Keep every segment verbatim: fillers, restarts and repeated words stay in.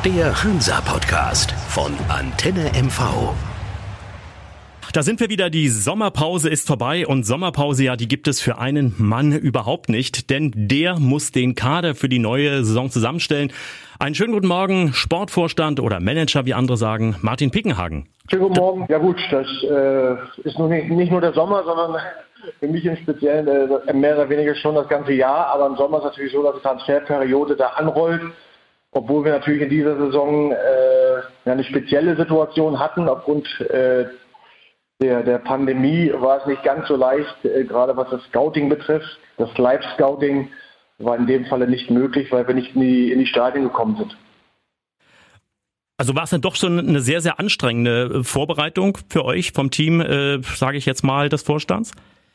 Der Hansa-Podcast von Antenne M V. Da sind wir wieder, die Sommerpause ist vorbei und Sommerpause, ja, die gibt es für einen Mann überhaupt nicht, denn der muss den Kader für die neue Saison zusammenstellen. Einen schönen guten Morgen, Sportvorstand oder Manager, wie andere sagen, Martin Pickenhagen. Schönen guten Morgen. Ja gut, das äh, ist nur nicht, nicht nur der Sommer, sondern für mich im Speziellen äh, mehr oder weniger schon das ganze Jahr. Aber im Sommer ist es natürlich so, dass die Transferperiode da anrollt. Obwohl wir natürlich in dieser Saison äh, eine spezielle Situation hatten. Aufgrund äh, der, der Pandemie war es nicht ganz so leicht, äh, gerade was das Scouting betrifft. Das Live-Scouting war in dem Falle nicht möglich, weil wir nicht in die, in die Stadien gekommen sind. Also war es dann doch schon eine sehr, sehr anstrengende Vorbereitung für euch vom Team, äh, sage ich jetzt mal, des Vorstands?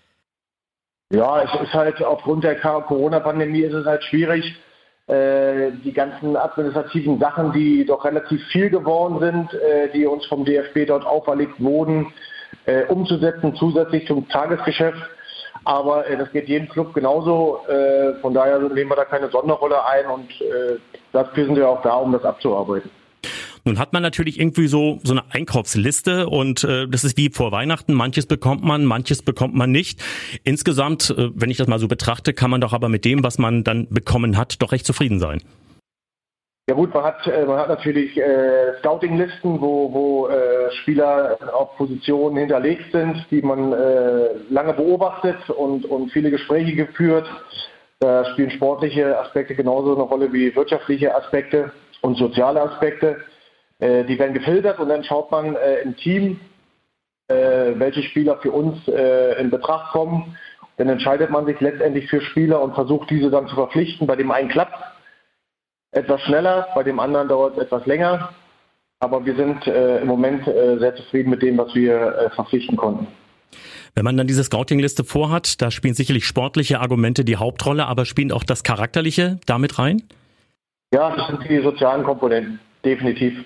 Ja, es ist halt aufgrund der Corona-Pandemie ist es halt schwierig, äh, die ganzen administrativen Sachen, die doch relativ viel geworden sind, äh, die uns vom D F B dort auferlegt wurden, äh, umzusetzen, zusätzlich zum Tagesgeschäft. Aber äh, das geht jedem Club genauso. Äh, von daher nehmen wir da keine Sonderrolle ein und äh, dafür sind wir auch da, um das abzuarbeiten. Nun hat man natürlich irgendwie so so eine Einkaufsliste und äh, das ist wie vor Weihnachten. Manches bekommt man, manches bekommt man nicht. Insgesamt, äh, wenn ich das mal so betrachte, kann man doch aber mit dem, was man dann bekommen hat, doch recht zufrieden sein. Ja gut, man hat äh, man hat natürlich äh, Scouting-Listen, wo, wo äh, Spieler auf Positionen hinterlegt sind, die man äh, lange beobachtet und, und viele Gespräche geführt. Da spielen sportliche Aspekte genauso eine Rolle wie wirtschaftliche Aspekte und soziale Aspekte. Die werden gefiltert und dann schaut man äh, im Team, äh, welche Spieler für uns äh, in Betracht kommen. Dann entscheidet man sich letztendlich für Spieler und versucht, diese dann zu verpflichten. Bei dem einen klappt etwas schneller, bei dem anderen dauert es etwas länger. Aber wir sind äh, im Moment äh, sehr zufrieden mit dem, was wir äh, verpflichten konnten. Wenn man dann diese Scouting-Liste vorhat, da spielen sicherlich sportliche Argumente die Hauptrolle, aber spielt auch das Charakterliche damit rein? Ja, das sind die sozialen Komponenten, definitiv.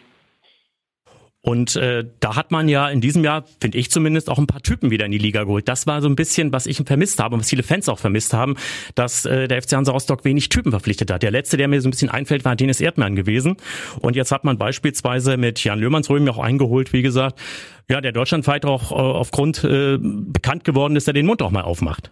Und äh, da hat man ja in diesem Jahr, finde ich zumindest, auch ein paar Typen wieder in die Liga geholt. Das war so ein bisschen, was ich vermisst habe und was viele Fans auch vermisst haben, dass äh, der F C Hansa Rostock wenig Typen verpflichtet hat. Der letzte, der mir so ein bisschen einfällt, war Dennis Erdmann gewesen. Und jetzt hat man beispielsweise mit Jan Löhmannsröhm auch eingeholt, wie gesagt, ja, der deutschlandweit auch äh, aufgrund äh, bekannt geworden ist, der den Mund auch mal aufmacht.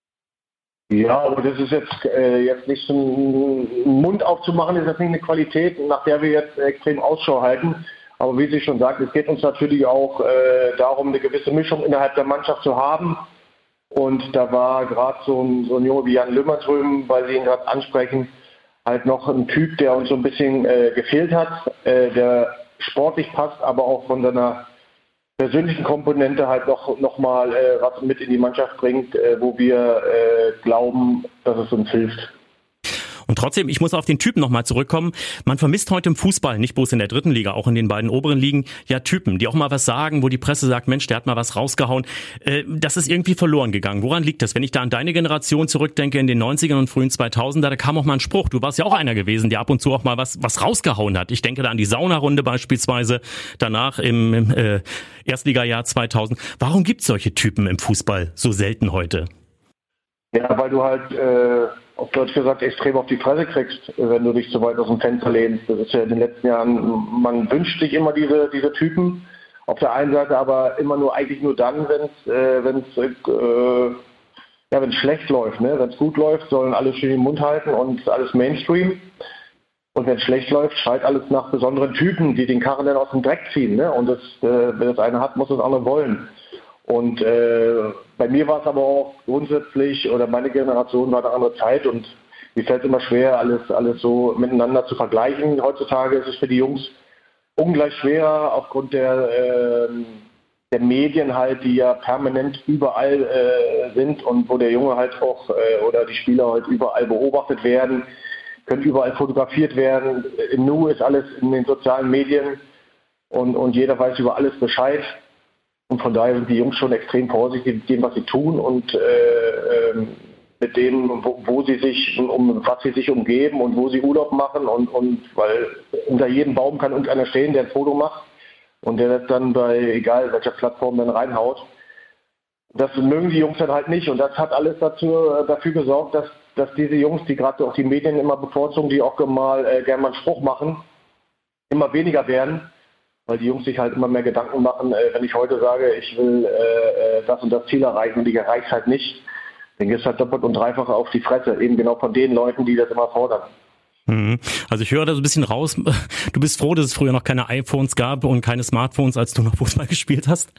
Ja, aber das ist jetzt, äh, jetzt nicht so ein Mund aufzumachen, ist jetzt nicht eine Qualität, nach der wir jetzt extrem Ausschau halten. Aber wie Sie schon sagt, es geht uns natürlich auch äh, darum, eine gewisse Mischung innerhalb der Mannschaft zu haben. Und da war gerade so ein, so ein Junge wie Jan Löhmannsröhm, weil Sie ihn gerade ansprechen, halt noch ein Typ, der uns so ein bisschen äh, gefehlt hat, äh, der sportlich passt, aber auch von seiner persönlichen Komponente halt noch, noch mal äh, was mit in die Mannschaft bringt, äh, wo wir äh, glauben, dass es uns hilft. Und trotzdem, ich muss auf den Typen nochmal zurückkommen. Man vermisst heute im Fußball, nicht bloß in der dritten Liga, auch in den beiden oberen Ligen, ja Typen, die auch mal was sagen, wo die Presse sagt, Mensch, der hat mal was rausgehauen. Äh, das ist irgendwie verloren gegangen. Woran liegt das? Wenn ich da an deine Generation zurückdenke, in den neunzigern und frühen zweitausender, da kam auch mal ein Spruch. Du warst ja auch einer gewesen, der ab und zu auch mal was was rausgehauen hat. Ich denke da an die Saunarunde beispielsweise, danach im, im äh, Erstligajahr zweitausend. Warum gibt es solche Typen im Fußball so selten heute? Ja, weil du halt... Äh auf Deutsch gesagt, extrem auf die Fresse kriegst, wenn du dich so weit aus dem Fenster lehnst. Das ist ja in den letzten Jahren, man wünscht sich immer diese, diese Typen. Auf der einen Seite aber immer nur, eigentlich nur dann, wenn es äh, wenn's, äh, ja, wenn's schlecht läuft. Ne? Wenn es gut läuft, sollen alle schön den Mund halten und alles Mainstream. Und wenn es schlecht läuft, schreit alles nach besonderen Typen, die den Karren dann aus dem Dreck ziehen. Ne? Und das, äh, wenn das eine hat, muss das andere wollen. Und äh, bei mir war es aber auch grundsätzlich, oder meine Generation war eine andere Zeit und mir fällt es immer schwer, alles, alles so miteinander zu vergleichen. Heutzutage ist es für die Jungs ungleich schwerer aufgrund der, äh, der Medien halt, die ja permanent überall äh, sind und wo der Junge halt auch äh, oder die Spieler halt überall beobachtet werden, können überall fotografiert werden. Im Nu ist alles in den sozialen Medien und, und jeder weiß über alles Bescheid. Und von daher sind die Jungs schon extrem vorsichtig mit dem, was sie tun und äh, mit dem, wo, wo sie sich, um was sie sich umgeben und wo sie Urlaub machen. Und, und weil unter jedem Baum kann irgendeiner stehen, der ein Foto macht und der das dann bei, egal welcher Plattform, dann reinhaut. Das mögen die Jungs dann halt nicht. Und das hat alles dazu, dafür gesorgt, dass, dass diese Jungs, die gerade auch die Medien immer bevorzugen, die auch mal äh, gerne mal einen Spruch machen, immer weniger werden, weil die Jungs sich halt immer mehr Gedanken machen, äh, wenn ich heute sage, ich will äh, das und das Ziel erreichen und ich erreiche es halt nicht, dann geht es halt doppelt und dreifach auf die Fresse, eben genau von den Leuten, die das immer fordern. Also ich höre da so ein bisschen raus, du bist froh, dass es früher noch keine iPhones gab und keine Smartphones, als du noch Fußball gespielt hast?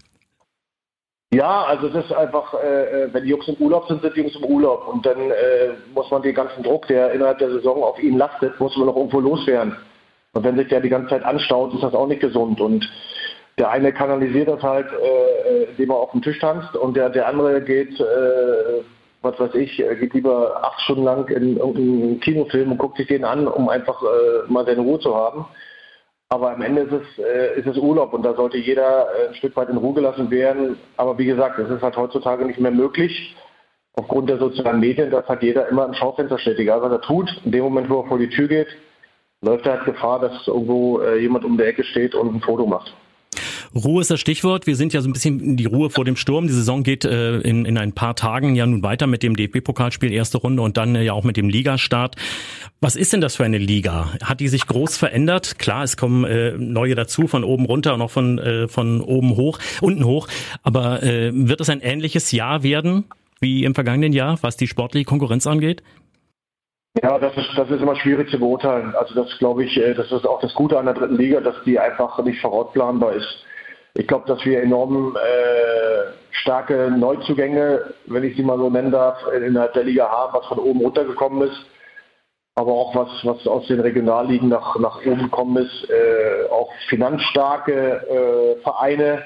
Ja, also das ist einfach, äh, wenn die Jungs im Urlaub sind, sind die Jungs im Urlaub. Und dann äh, muss man den ganzen Druck, der innerhalb der Saison auf ihnen lastet, muss man noch irgendwo loswerden. Und wenn sich der die ganze Zeit anstaut, ist das auch nicht gesund. Und der eine kanalisiert das halt, äh, indem er auf dem Tisch tanzt, und der, der andere geht, äh, was weiß ich, geht lieber acht Stunden lang in irgendeinen Kinofilm und guckt sich den an, um einfach äh, mal seine Ruhe zu haben. Aber am Ende ist es, äh, ist es Urlaub, und da sollte jeder äh, ein Stück weit in Ruhe gelassen werden. Aber wie gesagt, es ist halt heutzutage nicht mehr möglich, aufgrund der sozialen Medien, dass halt jeder immer im Schaufenster steht, egal was er tut. In dem Moment, wo er vor die Tür geht, läuft er halt Gefahr, dass irgendwo äh, jemand um die Ecke steht und ein Foto macht. Ruhe ist das Stichwort. Wir sind ja so ein bisschen die Ruhe vor dem Sturm. Die Saison geht äh, in, in ein paar Tagen ja nun weiter mit dem D F B-Pokalspiel, erste Runde, und dann äh, ja auch mit dem Ligastart. Was ist denn das für eine Liga? Hat die sich groß verändert? Klar, es kommen äh, neue dazu, von oben runter und auch von, äh, von oben hoch, unten hoch. Aber äh, wird es ein ähnliches Jahr werden wie im vergangenen Jahr, was die sportliche Konkurrenz angeht? Ja, das ist, das ist immer schwierig zu beurteilen. Also das glaube ich, das ist auch das Gute an der dritten Liga, dass die einfach nicht vorausplanbar ist. Ich glaube, dass wir enorm äh, starke Neuzugänge, wenn ich sie mal so nennen darf, innerhalb der Liga haben, was von oben runtergekommen ist. Aber auch was, was aus den Regionalligen nach, nach oben gekommen ist. Äh, auch finanzstarke äh, Vereine,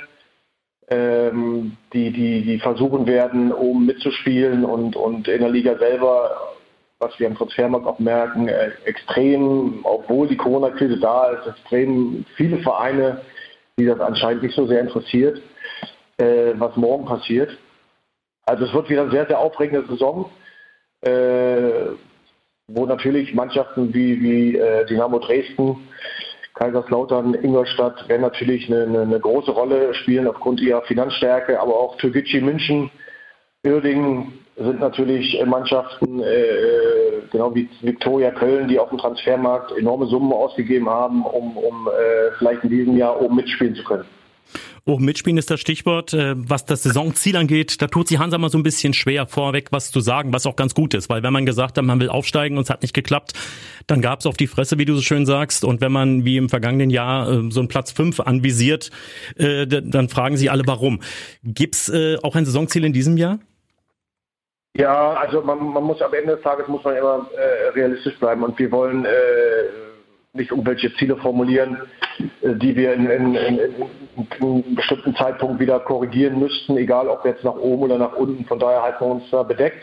ähm, die, die, die versuchen werden, oben mitzuspielen, und, und in der Liga selber, was wir am Transfermarkt auch merken, äh, extrem, obwohl die Corona-Krise da ist, extrem viele Vereine, die das anscheinend nicht so sehr interessiert, äh, was morgen passiert. Also es wird wieder eine sehr, sehr aufregende Saison, äh, wo natürlich Mannschaften wie, wie äh, Dynamo Dresden, Kaiserslautern, Ingolstadt werden natürlich eine, eine, eine große Rolle spielen aufgrund ihrer Finanzstärke, aber auch Türkgücü München, Uerdingen sind natürlich Mannschaften, äh, genau wie Viktoria Köln, die auf dem Transfermarkt enorme Summen ausgegeben haben, um, um äh, vielleicht in diesem Jahr oben mitspielen zu können. Oben mitspielen ist das Stichwort. Was das Saisonziel angeht, da tut sich Hansa mal so ein bisschen schwer, vorweg was zu sagen, was auch ganz gut ist. Weil wenn man gesagt hat, man will aufsteigen und es hat nicht geklappt, dann gab es auf die Fresse, wie du so schön sagst. Und wenn man wie im vergangenen Jahr so einen Platz fünf anvisiert, dann fragen sich alle, warum. Gibt's auch ein Saisonziel in diesem Jahr? Ja, also man, man muss am Ende des Tages muss man immer äh, realistisch bleiben, und wir wollen äh, nicht irgendwelche Ziele formulieren, äh, die wir in, in, in, in einem bestimmten Zeitpunkt wieder korrigieren müssten, egal ob jetzt nach oben oder nach unten. Von daher halten wir uns da bedeckt.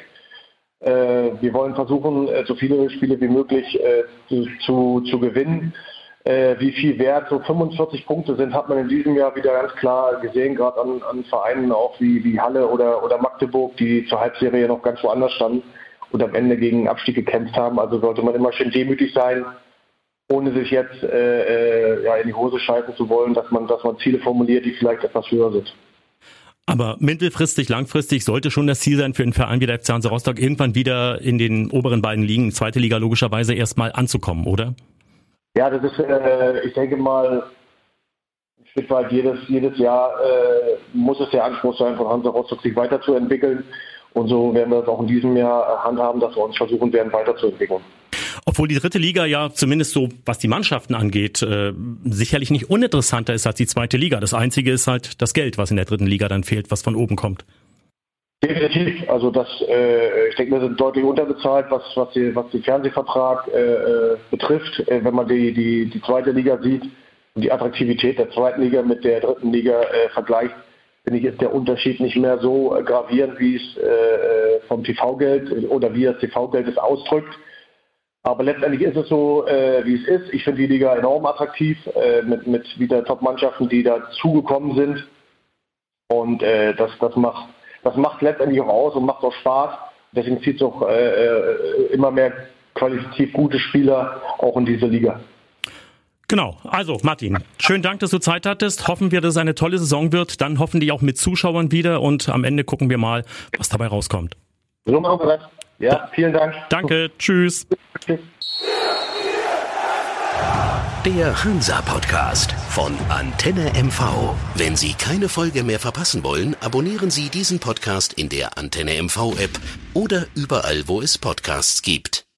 Äh, wir wollen versuchen, äh, so viele Spiele wie möglich äh, zu, zu, zu gewinnen. Äh, wie viel wert so fünfundvierzig Punkte sind, hat man in diesem Jahr wieder ganz klar gesehen, gerade an, an Vereinen auch wie, wie Halle oder, oder Magdeburg, die zur Halbserie noch ganz woanders standen und am Ende gegen den Abstieg gekämpft haben. Also sollte man immer schön demütig sein, ohne sich jetzt äh, äh, ja, in die Hose scheißen zu wollen, dass man, dass man Ziele formuliert, die vielleicht etwas höher sind. Aber mittelfristig, langfristig sollte schon das Ziel sein, für einen Verein wie der F C Hansa Rostock irgendwann wieder in den oberen beiden Ligen, zweite Liga logischerweise, erstmal anzukommen, oder? Ja, das ist, äh, ich denke mal, ein Stück weit jedes, jedes Jahr äh, muss es der Anspruch sein, von Hansa Rostock sich weiterzuentwickeln. Und so werden wir das auch in diesem Jahr handhaben, dass wir uns versuchen werden, weiterzuentwickeln. Obwohl die dritte Liga ja zumindest so, was die Mannschaften angeht, äh, sicherlich nicht uninteressanter ist als die zweite Liga. Das Einzige ist halt das Geld, was in der dritten Liga dann fehlt, was von oben kommt. Definitiv. Also das, äh, ich denke, wir sind deutlich unterbezahlt, was was die, was den Fernsehvertrag äh, betrifft. Äh, wenn man die, die die zweite Liga sieht und die Attraktivität der zweiten Liga mit der dritten Liga äh, vergleicht, finde ich, ist der Unterschied nicht mehr so äh, gravierend, wie es äh, vom T V-Geld oder wie das T V-Geld es ausdrückt. Aber letztendlich ist es so, äh, wie es ist. Ich finde die Liga enorm attraktiv äh, mit mit wieder Top-Mannschaften, die dazugekommen sind, und äh, das das macht Das macht letztendlich auch aus und macht auch Spaß. Deswegen zieht es auch äh, immer mehr qualitativ gute Spieler auch in diese Liga. Genau. Also Martin, schönen Dank, dass du Zeit hattest. Hoffen wir, dass es eine tolle Saison wird. Dann hoffentlich auch mit Zuschauern wieder. Und am Ende gucken wir mal, was dabei rauskommt. So machen wir das. Ja, vielen Dank. Danke. Tschüss. Tschüss. Der Hansa-Podcast von Antenne M V. Wenn Sie keine Folge mehr verpassen wollen, abonnieren Sie diesen Podcast in der Antenne M V-App oder überall, wo es Podcasts gibt.